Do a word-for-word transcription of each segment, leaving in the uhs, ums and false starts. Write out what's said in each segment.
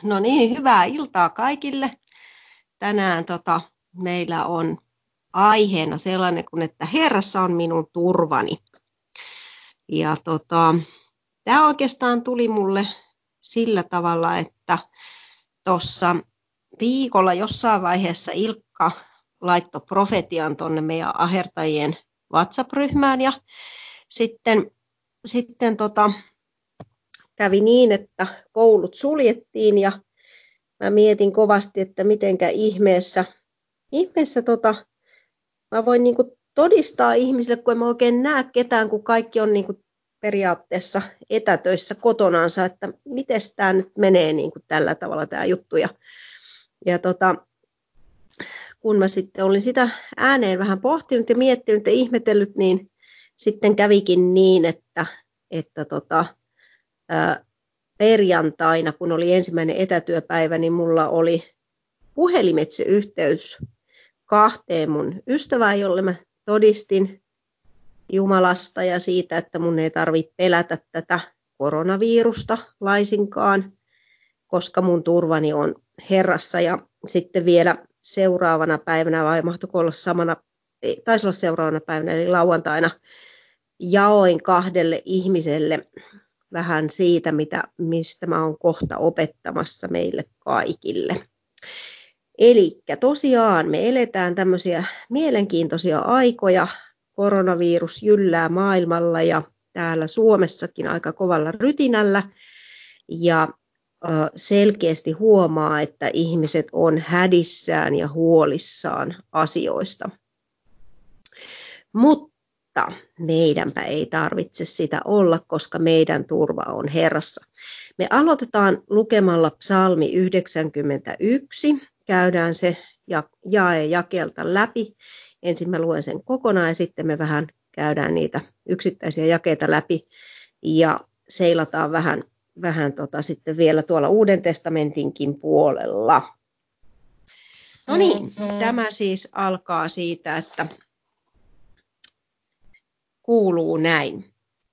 No niin, hyvää iltaa kaikille. Tänään tota, meillä on aiheena sellainen kuin, että Herrassa on minun turvani. Ja tota, tämä oikeastaan tuli mulle sillä tavalla, että tuossa viikolla jossain vaiheessa Ilkka laittoi profetian tuonne meidän ahertajien WhatsApp-ryhmään ja sitten, sitten tota, kävi niin, että koulut suljettiin ja mä mietin kovasti, että mitenkä ihmeessä, ihmeessä tota, mä voin niinku todistaa ihmisille, kun en mä oikein näe ketään, kun kaikki on niinku periaatteessa etätöissä kotonansa, että miten tämä nyt menee niinku tällä tavalla tämä juttu. Ja, ja tota, kun mä sitten olin sitä ääneen vähän pohtinut ja miettinyt ja ihmetellyt, niin sitten kävikin niin, että, että tota, ää, perjantaina, kun oli ensimmäinen etätyöpäivä, niin mulla oli puhelimitse yhteys kahteen mun ystävään, jolle mä todistin Jumalasta ja siitä, että mun ei tarvitse pelätä tätä koronavirusta laisinkaan, koska mun turvani on Herrassa. Ja sitten vielä seuraavana päivänä, vai mahtoiko olla samana, taisi olla seuraavana päivänä, eli lauantaina, jaoin kahdelle ihmiselle vähän siitä, mitä, mistä mä oon kohta opettamassa meille kaikille. Eli tosiaan me eletään tämmöisiä mielenkiintoisia aikoja. Koronavirus jyllää maailmalla ja täällä Suomessakin aika kovalla rytinällä. Ja selkeästi huomaa, että ihmiset on hädissään ja huolissaan asioista. Mutta meidänpä ei tarvitse sitä olla, koska meidän turva on Herrassa. Me aloitetaan lukemalla psalmi yhdeksänkymmentäyksi. Käydään se jae jakeelta läpi. Ensin mä luen sen kokonaan ja sitten me vähän käydään niitä yksittäisiä jakeita läpi ja seilataan vähän, vähän tota sitten vielä tuolla Uuden testamentinkin puolella. No niin, tämä siis alkaa siitä, että kuuluu näin.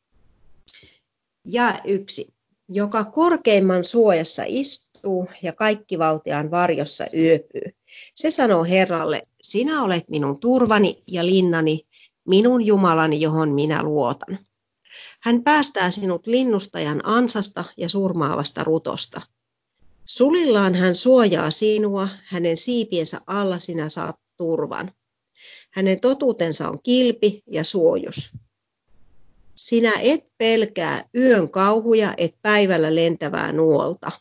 Ja yksi, joka korkeimman suojassa istuu ja kaikkivaltiaan varjossa yöpyy. Se sanoo Herralle, sinä olet minun turvani ja linnani, minun Jumalani, johon minä luotan. Hän päästää sinut linnustajan ansasta ja surmaavasta rutosta. Sulillaan hän suojaa sinua, hänen siipiensä alla sinä saat turvan. Hänen totuutensa on kilpi ja suojus. Sinä et pelkää yön kauhuja, et päivällä lentävää nuolta.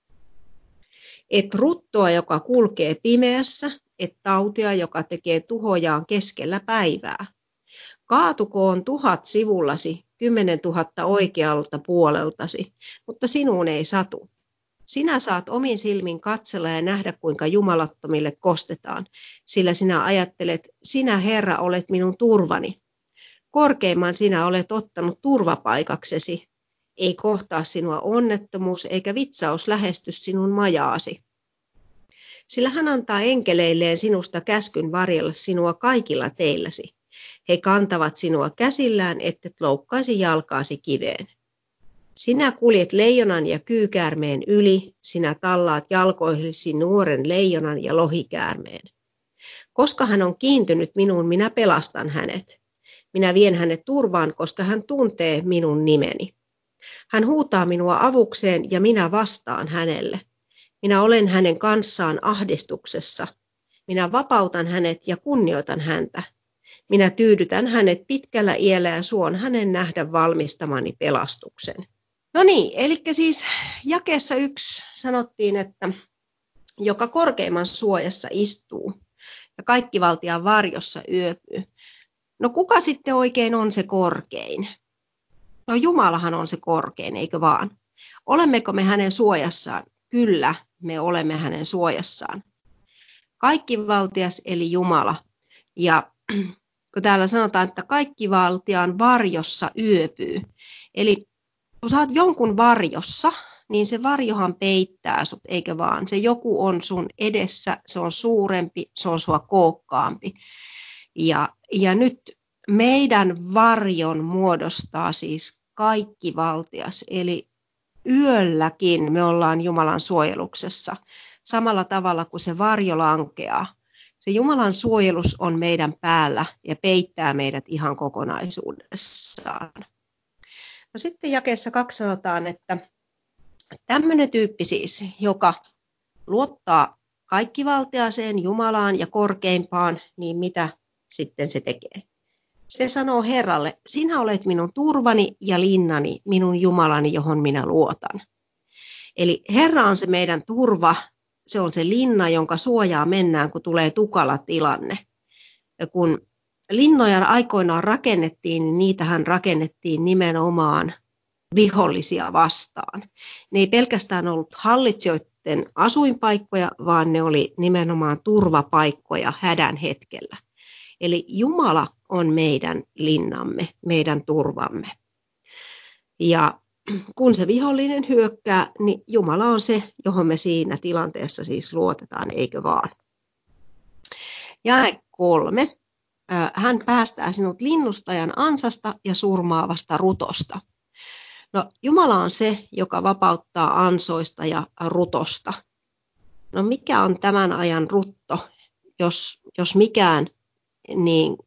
Et ruttoa, joka kulkee pimeässä, et tautia, joka tekee tuhojaan keskellä päivää. Kaatukoon tuhat sivullasi, kymmenen tuhatta oikealta puoleltasi, mutta sinuun ei satu. Sinä saat omin silmin katsella ja nähdä, kuinka jumalattomille kostetaan, sillä sinä ajattelet, sinä Herra olet minun turvani. Korkeimman sinä olet ottanut turvapaikaksesi. Ei kohtaa sinua onnettomuus eikä vitsaus lähesty sinun majaasi. Sillä hän antaa enkeleilleen sinusta käskyn varjella sinua kaikilla teilläsi. He kantavat sinua käsillään, ettet loukkaisi jalkaasi kiveen. Sinä kuljet leijonan ja kyykäärmeen yli, sinä tallaat jalkoihisi nuoren leijonan ja lohikäärmeen. Koska hän on kiintynyt minuun, minä pelastan hänet. Minä vien hänet turvaan, koska hän tuntee minun nimeni. Hän huutaa minua avukseen ja minä vastaan hänelle. Minä olen hänen kanssaan ahdistuksessa. Minä vapautan hänet ja kunnioitan häntä. Minä tyydytän hänet pitkällä iällä ja suon hänen nähdä valmistamani pelastuksen. No niin, eli siis jakeessa yksi sanottiin, että joka korkeimman suojassa istuu ja kaikkivaltiaan varjossa yöpyy. No kuka sitten oikein on se korkein? No Jumalahan on se korkein, eikö vaan? Olemmeko me hänen suojassaan? Kyllä, me olemme hänen suojassaan. Kaikkivaltias eli Jumala. Ja kun täällä sanotaan, että kaikkivaltiaan varjossa yöpyy. Eli kun sä oot jonkun varjossa, niin se varjohan peittää sut, eikö vaan? Se joku on sun edessä, se on suurempi, se on sua kookkaampi. Ja, ja nyt meidän varjon muodostaa siis kaikkivaltias, eli yölläkin me ollaan Jumalan suojeluksessa, samalla tavalla kuin se varjo lankeaa. Se Jumalan suojelus on meidän päällä ja peittää meidät ihan kokonaisuudessaan. No sitten jakeessa kaksi sanotaan, että tämmöinen tyyppi siis, joka luottaa kaikkivaltiaaseen Jumalaan ja korkeimpaan, niin mitä sitten se tekee? Se sanoo Herralle, sinä olet minun turvani ja linnani, minun Jumalani, johon minä luotan. Eli Herra on se meidän turva, se on se linna, jonka suojaa mennään, kun tulee tukala tilanne. Ja kun linnoja aikoinaan rakennettiin, niin niitähän rakennettiin nimenomaan vihollisia vastaan. Ne ei pelkästään ollut hallitsijoiden asuinpaikkoja, vaan ne oli nimenomaan turvapaikkoja hädän hetkellä. Eli Jumala on meidän linnamme, meidän turvamme. Ja kun se vihollinen hyökkää, niin Jumala on se, johon me siinä tilanteessa siis luotetaan, eikö vaan? Jae kolme. Hän päästää sinut linnustajan ansasta ja surmaavasta rutosta. No, Jumala on se, joka vapauttaa ansoista ja rutosta. No mikä on tämän ajan rutto? Jos, jos mikään, niin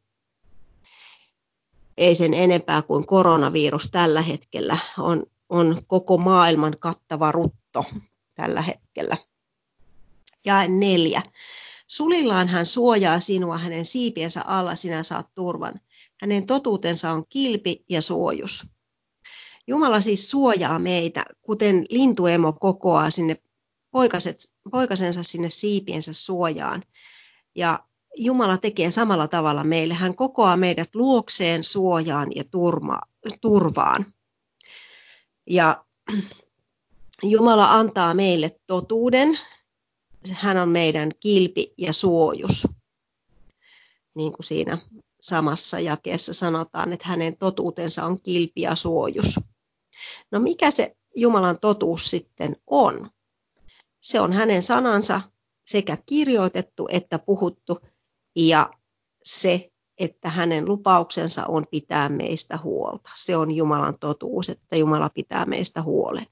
ei sen enempää kuin koronavirus tällä hetkellä on, on koko maailman kattava rutto tällä hetkellä. Jae neljä. Sulillaan hän suojaa sinua, hänen siipiensä alla sinä saat turvan. Hänen totuutensa on kilpi ja suojus. Jumala siis suojaa meitä, kuten lintuemo kokoaa sinne poikaset, poikasensa sinne siipiensä suojaan. Ja Jumala tekee samalla tavalla meille. Hän kokoaa meidät luokseen, suojaan ja turma, turvaan. Ja Jumala antaa meille totuuden. Hän on meidän kilpi ja suojus. Niin kuin siinä samassa jakeessa sanotaan, että hänen totuutensa on kilpi ja suojus. No mikä se Jumalan totuus sitten on? Se on hänen sanansa sekä kirjoitettu että puhuttu ja se, että hänen lupauksensa on pitää meistä huolta. Se on Jumalan totuus, että Jumala pitää meistä huolen.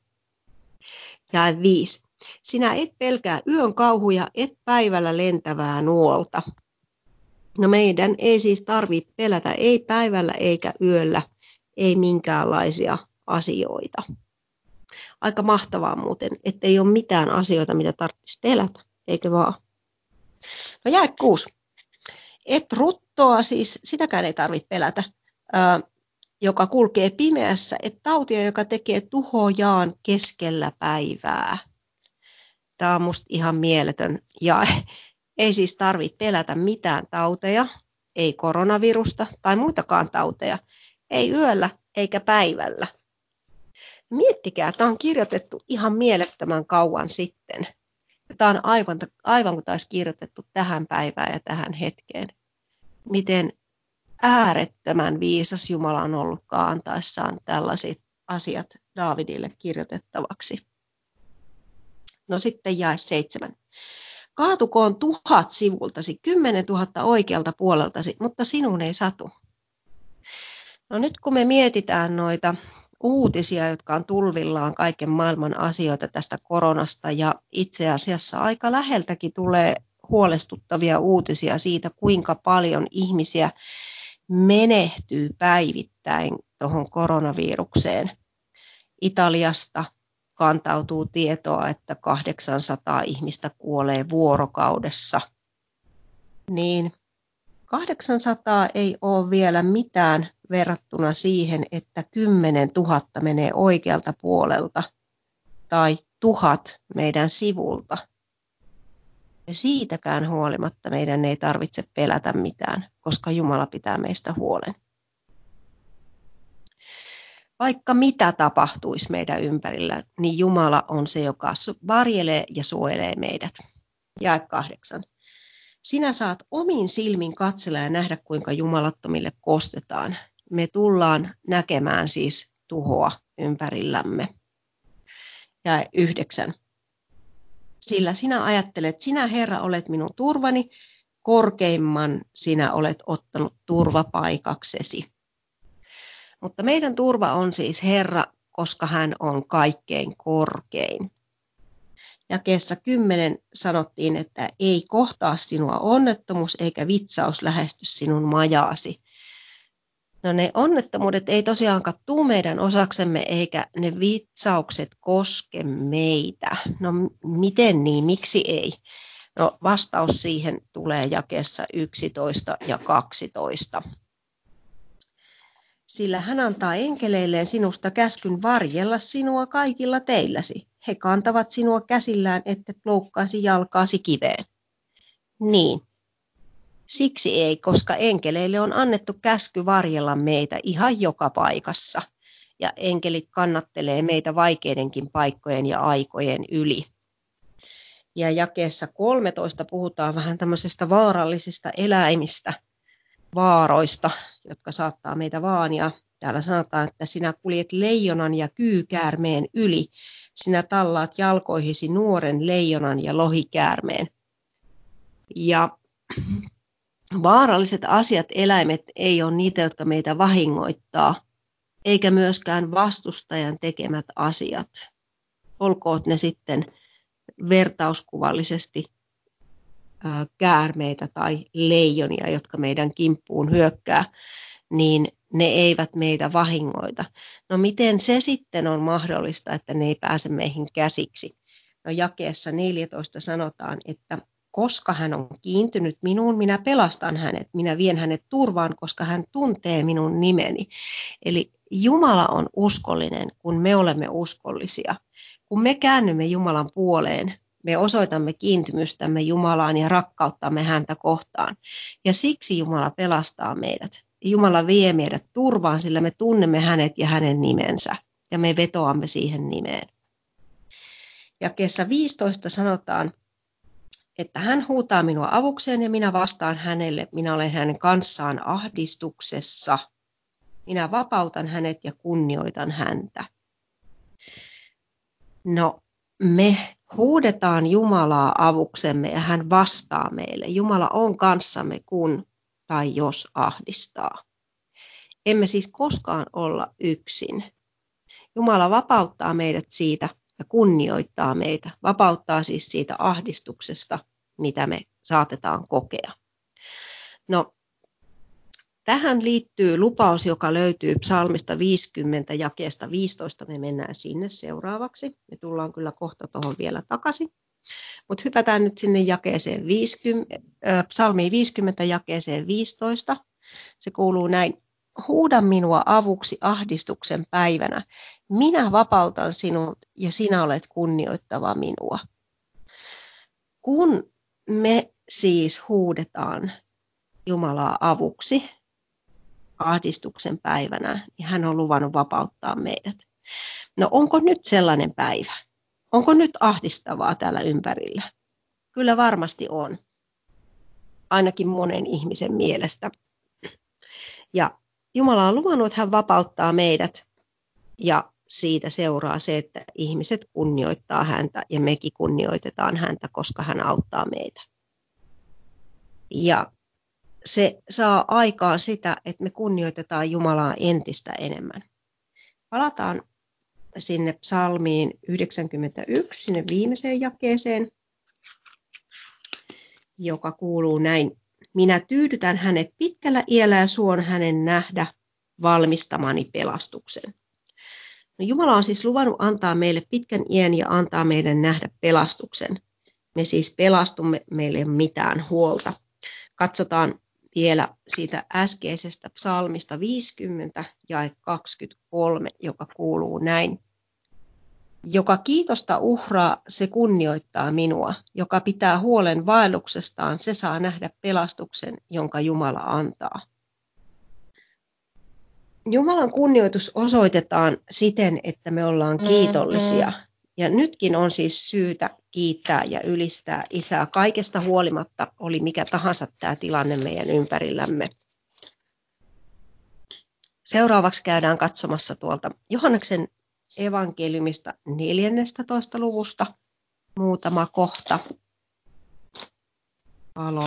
Jae viisi. Sinä et pelkää yön kauhuja, et päivällä lentävää nuolta. No meidän ei siis tarvitse pelätä, ei päivällä eikä yöllä, ei minkäänlaisia asioita. Aika mahtavaa muuten, ettei ole mitään asioita, mitä tarvitsisi pelätä, eikö vaan? No jae kuusi. Et ruttoa, siis sitäkään ei tarvitse pelätä, ää, joka kulkee pimeässä, et tautia, joka tekee tuhojaan keskellä päivää. Tämä on musta ihan mieletön jae. Ei siis tarvitse pelätä mitään tauteja, ei koronavirusta tai muitakaan tauteja, ei yöllä eikä päivällä. Miettikää, tämä on kirjoitettu ihan mielettömän kauan sitten. Tämä on aivan, aivan kuin taisi kirjoitettu tähän päivään ja tähän hetkeen. Miten äärettömän viisas Jumala on ollutkaan antaessaan tällaiset asiat Daavidille kirjoitettavaksi. No sitten jae seitsemän. Kaatukoon tuhat sivultasi, kymmenen tuhatta oikealta puoleltasi, mutta sinun ei satu. No nyt kun me mietitään noita uutisia, jotka on tulvillaan kaiken maailman asioita tästä koronasta ja itse asiassa aika läheltäkin tulee huolestuttavia uutisia siitä, kuinka paljon ihmisiä menehtyy päivittäin tuohon koronavirukseen. Italiasta kantautuu tietoa, että kahdeksansataa ihmistä kuolee vuorokaudessa. Niin kahdeksansataa ei ole vielä mitään verrattuna siihen, että kymmenen tuhatta menee oikealta puolelta tai tuhat meidän sivulta. Ja siitäkään huolimatta meidän ei tarvitse pelätä mitään, koska Jumala pitää meistä huolen. Vaikka mitä tapahtuisi meidän ympärillä, niin Jumala on se, joka varjelee ja suojelee meidät. Jae kahdeksan. Sinä saat omin silmin katsella ja nähdä, kuinka jumalattomille kostetaan. Me tullaan näkemään siis tuhoa ympärillämme. Jae yhdeksän. Sillä sinä ajattelet, sinä Herra olet minun turvani, korkeimman sinä olet ottanut turvapaikaksesi. Mutta meidän turva on siis Herra, koska hän on kaikkein korkein. Jakeessa kymmenen sanottiin, että ei kohtaa sinua onnettomuus eikä vitsaus lähesty sinun majaasi. No ne onnettomuudet ei tosiaankaan tule meidän osaksemme eikä ne vitsaukset koske meitä. No miten niin, miksi ei? No vastaus siihen tulee jakeessa yksitoista ja kaksitoista. Sillä hän antaa enkeleilleen sinusta käskyn varjella sinua kaikilla teilläsi. He kantavat sinua käsillään, että loukkaasi jalkaasi kiveen. Niin. Siksi ei, koska enkeleille on annettu käsky varjella meitä ihan joka paikassa. Ja enkelit kannattelee meitä vaikeidenkin paikkojen ja aikojen yli. Ja jakeessa kolmetoista puhutaan vähän tämmöisestä vaarallisista eläimistä, vaaroista, jotka saattaa meitä vaania. Täällä sanotaan, että sinä kuljet leijonan ja kyykäärmeen yli. Sinä tallaat jalkoihisi nuoren leijonan ja lohikäärmeen. Ja vaaralliset asiat, eläimet ei ole niitä, jotka meitä vahingoittaa, eikä myöskään vastustajan tekemät asiat. Olkoot ne sitten vertauskuvallisesti käärmeitä tai leijonia, jotka meidän kimppuun hyökkää, niin ne eivät meitä vahingoita. No miten se sitten on mahdollista, että ne ei pääse meihin käsiksi? No jakeessa neljätoista sanotaan, että koska hän on kiintynyt minuun, minä pelastan hänet, minä vien hänet turvaan, koska hän tuntee minun nimeni. Eli Jumala on uskollinen, kun me olemme uskollisia. Kun me käännymme Jumalan puoleen, me osoitamme kiintymystämme Jumalaan ja rakkauttamme häntä kohtaan. Ja siksi Jumala pelastaa meidät. Jumala vie meidät turvaan, sillä me tunnemme hänet ja hänen nimensä. Ja me vetoamme siihen nimeen. Jakeessa viisitoista sanotaan, että hän huutaa minua avukseen ja minä vastaan hänelle. Minä olen hänen kanssaan ahdistuksessa. Minä vapautan hänet ja kunnioitan häntä. No, me huudetaan Jumalaa avuksemme ja hän vastaa meille. Jumala on kanssamme, kun tai jos ahdistaa. Emme siis koskaan olla yksin. Jumala vapauttaa meidät siitä ja kunnioittaa meitä. Vapauttaa siis siitä ahdistuksesta, mitä me saatetaan kokea. No, tähän liittyy lupaus, joka löytyy psalmista viisikymmentä jakeesta viisitoista. Me mennään sinne seuraavaksi. Me tullaan kyllä kohta tuohon vielä takaisin. Mutta hypätään nyt sinne jakeeseen viisikymmentä, äh, psalmiin viisikymmentä jakeeseen viisitoista. Se kuuluu näin. Huuda minua avuksi ahdistuksen päivänä. Minä vapautan sinut ja sinä olet kunnioittava minua. Kun me siis huudetaan Jumalaa avuksi ahdistuksen päivänä, niin hän on luvannut vapauttaa meidät. No onko nyt sellainen päivä? Onko nyt ahdistavaa täällä ympärillä? Kyllä varmasti on. Ainakin monen ihmisen mielestä. Ja Jumala on luvannut, että hän vapauttaa meidät ja siitä seuraa se, että ihmiset kunnioittaa häntä ja mekin kunnioitetaan häntä, koska hän auttaa meitä. Ja se saa aikaan sitä, että me kunnioitetaan Jumalaa entistä enemmän. Palataan sinne psalmiin yhdeksänkymmentäyksi, sinne viimeiseen jakeeseen, joka kuuluu näin. Minä tyydytän hänet pitkällä iällä ja suon hänen nähdä valmistamani pelastuksen. No, Jumala on siis luvannut antaa meille pitkän iän ja antaa meidän nähdä pelastuksen. Me siis pelastumme, meillä ei ole mitään huolta. Katsotaan vielä siitä äskeisestä psalmista viisikymmentä jae kaksikymmentäkolme, joka kuuluu näin. Joka kiitosta uhraa, se kunnioittaa minua. Joka pitää huolen vaelluksestaan, se saa nähdä pelastuksen, jonka Jumala antaa. Jumalan kunnioitus osoitetaan siten, että me ollaan kiitollisia. Ja nytkin on siis syytä kiittää ja ylistää Isää kaikesta huolimatta, oli mikä tahansa tämä tilanne meidän ympärillämme. Seuraavaksi käydään katsomassa tuolta Johanneksen evankeliumista neljännestätoista luvusta muutama kohta.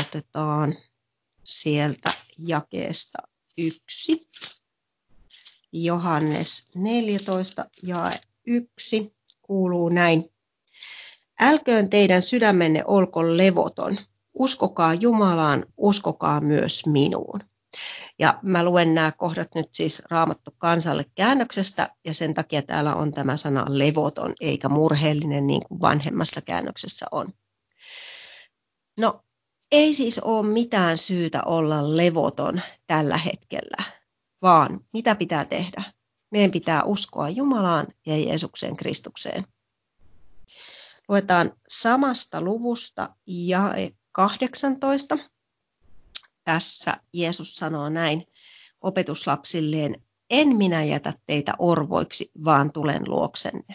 Aloitetaan sieltä jakeesta yksi. Johannes neljätoista jae yksi kuuluu näin. Älköön teidän sydämenne olko levoton. Uskokaa Jumalaan, uskokaa myös minuun. Ja mä luen nämä kohdat nyt siis Raamattu kansalle käännöksestä, ja sen takia täällä on tämä sana levoton, eikä murheellinen niin kuin vanhemmassa käännöksessä on. No, ei siis ole mitään syytä olla levoton tällä hetkellä, vaan mitä pitää tehdä? Meidän pitää uskoa Jumalaan ja Jeesukseen Kristukseen. Luetaan samasta luvusta jae kahdeksantoista. Tässä Jeesus sanoo näin opetuslapsilleen, en minä jätä teitä orvoiksi, vaan tulen luoksenne.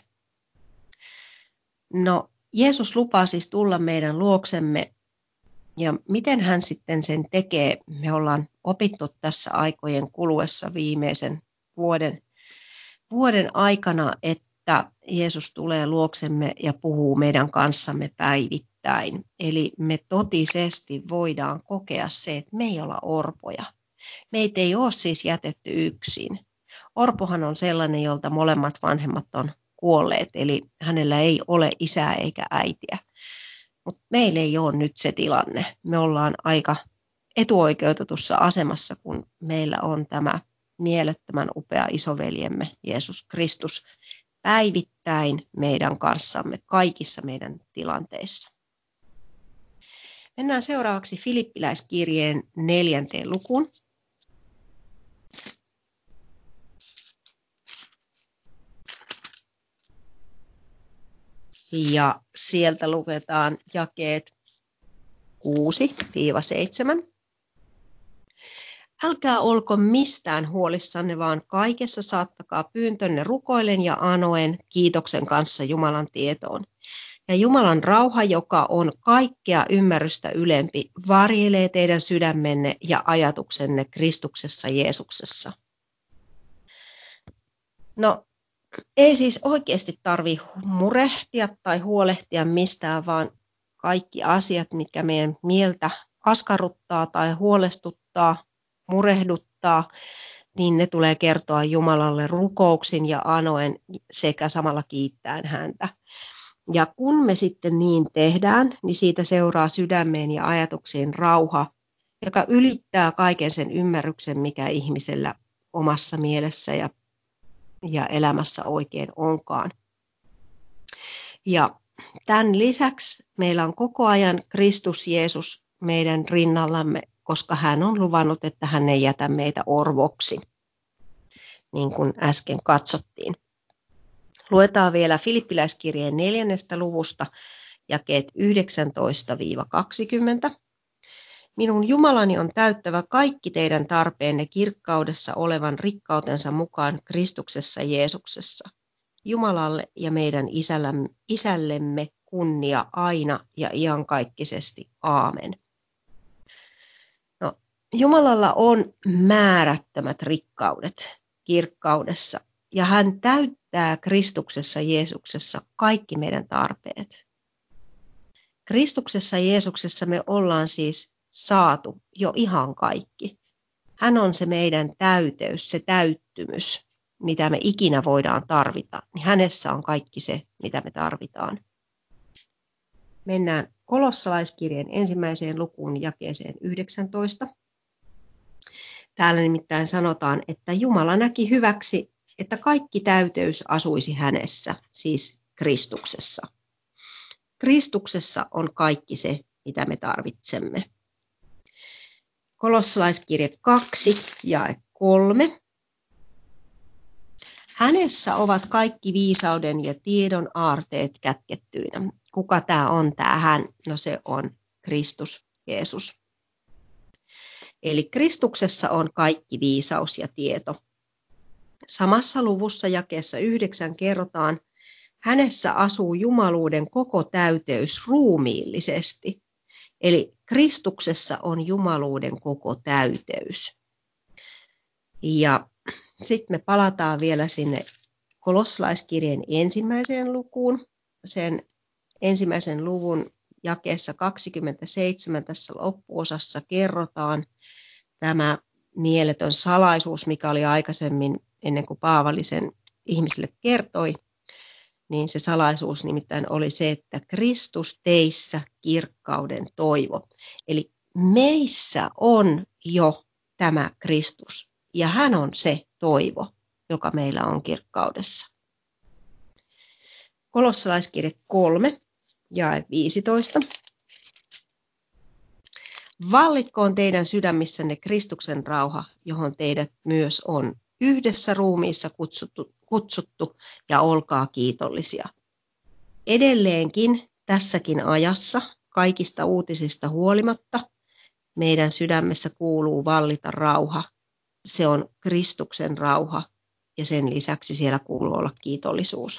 No, Jeesus lupaa siis tulla meidän luoksemme, ja miten hän sitten sen tekee? Me ollaan opittu tässä aikojen kuluessa viimeisen vuoden, vuoden aikana, että Jeesus tulee luoksemme ja puhuu meidän kanssamme päivittäin. Eli me totisesti voidaan kokea se, että me ei olla orpoja. Meitä ei ole siis jätetty yksin. Orpohan on sellainen, jolta molemmat vanhemmat on kuolleet, eli hänellä ei ole isää eikä äitiä. Mutta meillä ei ole nyt se tilanne. Me ollaan aika etuoikeutetussa asemassa, kun meillä on tämä mielettömän upea isoveljemme Jeesus Kristus päivittäin meidän kanssamme kaikissa meidän tilanteissa. Mennään seuraavaksi Filippiläiskirjeen neljänteen lukuun. Ja sieltä luketaan jakeet kuusi seitsemän. Älkää olko mistään huolissanne, vaan kaikessa saattakaa pyyntönne rukoillen ja anoen kiitoksen kanssa Jumalan tietoon. Ja Jumalan rauha, joka on kaikkea ymmärrystä ylempi, varjelee teidän sydämenne ja ajatuksenne Kristuksessa Jeesuksessa. No, ei siis oikeasti tarvitse murehtia tai huolehtia mistään, vaan kaikki asiat, mitkä meidän mieltä askarruttaa tai huolestuttaa, murehduttaa, niin ne tulee kertoa Jumalalle rukouksin ja anoen sekä samalla kiittäen häntä. Ja kun me sitten niin tehdään, niin siitä seuraa sydämeen ja ajatuksiin rauha, joka ylittää kaiken sen ymmärryksen, mikä ihmisellä omassa mielessä ja, ja elämässä oikein onkaan. Ja tämän lisäksi meillä on koko ajan Kristus Jeesus meidän rinnallamme, koska hän on luvannut, että hän ei jätä meitä orvoksi, niin kuin äsken katsottiin. Luetaan vielä Filippiläiskirjeen neljännestä luvusta jakeet yhdeksäntoista kaksikymmentä. Minun Jumalani on täyttävä kaikki teidän tarpeenne kirkkaudessa olevan rikkautensa mukaan Kristuksessa Jeesuksessa. Jumalalle ja meidän isällemme kunnia aina ja iankaikkisesti. Aamen. No, Jumalalla on määrättömät rikkaudet kirkkaudessa ja hän täyttää Kristuksessa Jeesuksessa kaikki meidän tarpeet. Kristuksessa Jeesuksessa me ollaan siis saatu jo ihan kaikki. Hän on se meidän täyteys, se täyttymys, mitä me ikinä voidaan tarvita. Niin hänessä on kaikki se, mitä me tarvitaan. Mennään Kolossalaiskirjeen ensimmäiseen lukuun jakeeseen yhdeksäntoista. Täällä nimittäin sanotaan, että Jumala näki hyväksi, että kaikki täyteys asuisi hänessä, siis Kristuksessa. Kristuksessa on kaikki se, mitä me tarvitsemme. Kolossalaiskirje kaksi jae kolme. Hänessä ovat kaikki viisauden ja tiedon aarteet kätkettyinä. Kuka tämä on tämä hän? No se on Kristus Jeesus. Eli Kristuksessa on kaikki viisaus ja tieto. Samassa luvussa jakeessa yhdeksän kerrotaan, hänessä asuu jumaluuden koko täyteys ruumiillisesti. Eli Kristuksessa on jumaluuden koko täyteys. Ja sitten me palataan vielä sinne Kolossalaiskirjeen ensimmäiseen lukuun. Sen ensimmäisen luvun jakeessa kaksikymmentäseitsemän tässä loppuosassa kerrotaan tämä mieletön salaisuus, mikä oli aikaisemmin ennen kuin Paavali sen ihmisille kertoi, niin se salaisuus nimittäin oli se, että Kristus teissä kirkkauden toivo. Eli meissä on jo tämä Kristus, ja hän on se toivo, joka meillä on kirkkaudessa. Kolossalaiskirje kolme, jae viisitoista. Vallitkoon teidän sydämissänne Kristuksen rauha, johon teidät myös on yhdessä ruumiissa kutsuttu, kutsuttu ja olkaa kiitollisia. Edelleenkin tässäkin ajassa, kaikista uutisista huolimatta, meidän sydämessä kuuluu vallita rauha. Se on Kristuksen rauha ja sen lisäksi siellä kuuluu olla kiitollisuus.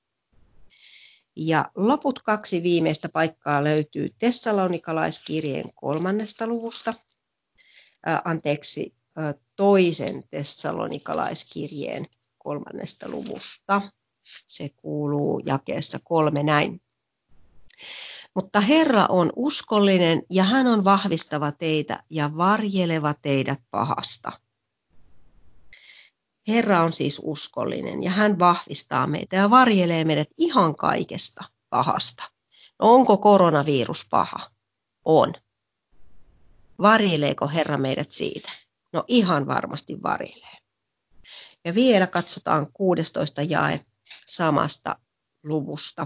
Ja loput kaksi viimeistä paikkaa löytyy Tessalonikalaiskirjeen kolmannesta luvusta, ää, anteeksi, ää, toisen Tessalonikalaiskirjeen kolmannesta luvusta. Se kuuluu jakeessa kolme näin. Mutta Herra on uskollinen ja hän on vahvistava teitä ja varjeleva teidät pahasta. Herra on siis uskollinen ja hän vahvistaa meitä ja varjelee meidät ihan kaikesta pahasta. No onko koronavirus paha? On. Varjeleeko Herra meidät siitä? No ihan varmasti varjelee. Ja vielä katsotaan kuudestoista jae samasta luvusta.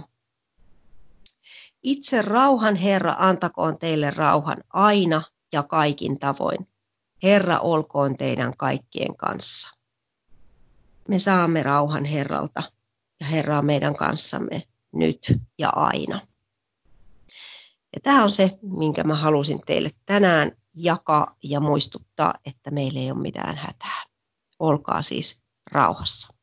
Itse rauhan Herra antakoon teille rauhan aina ja kaikin tavoin. Herra olkoon teidän kaikkien kanssa. Me saamme rauhan Herralta ja Herra on meidän kanssamme nyt ja aina. Ja tämä on se, minkä mä halusin teille tänään jakaa ja muistuttaa, että meillä ei ole mitään hätää. Olkaa siis rauhassa.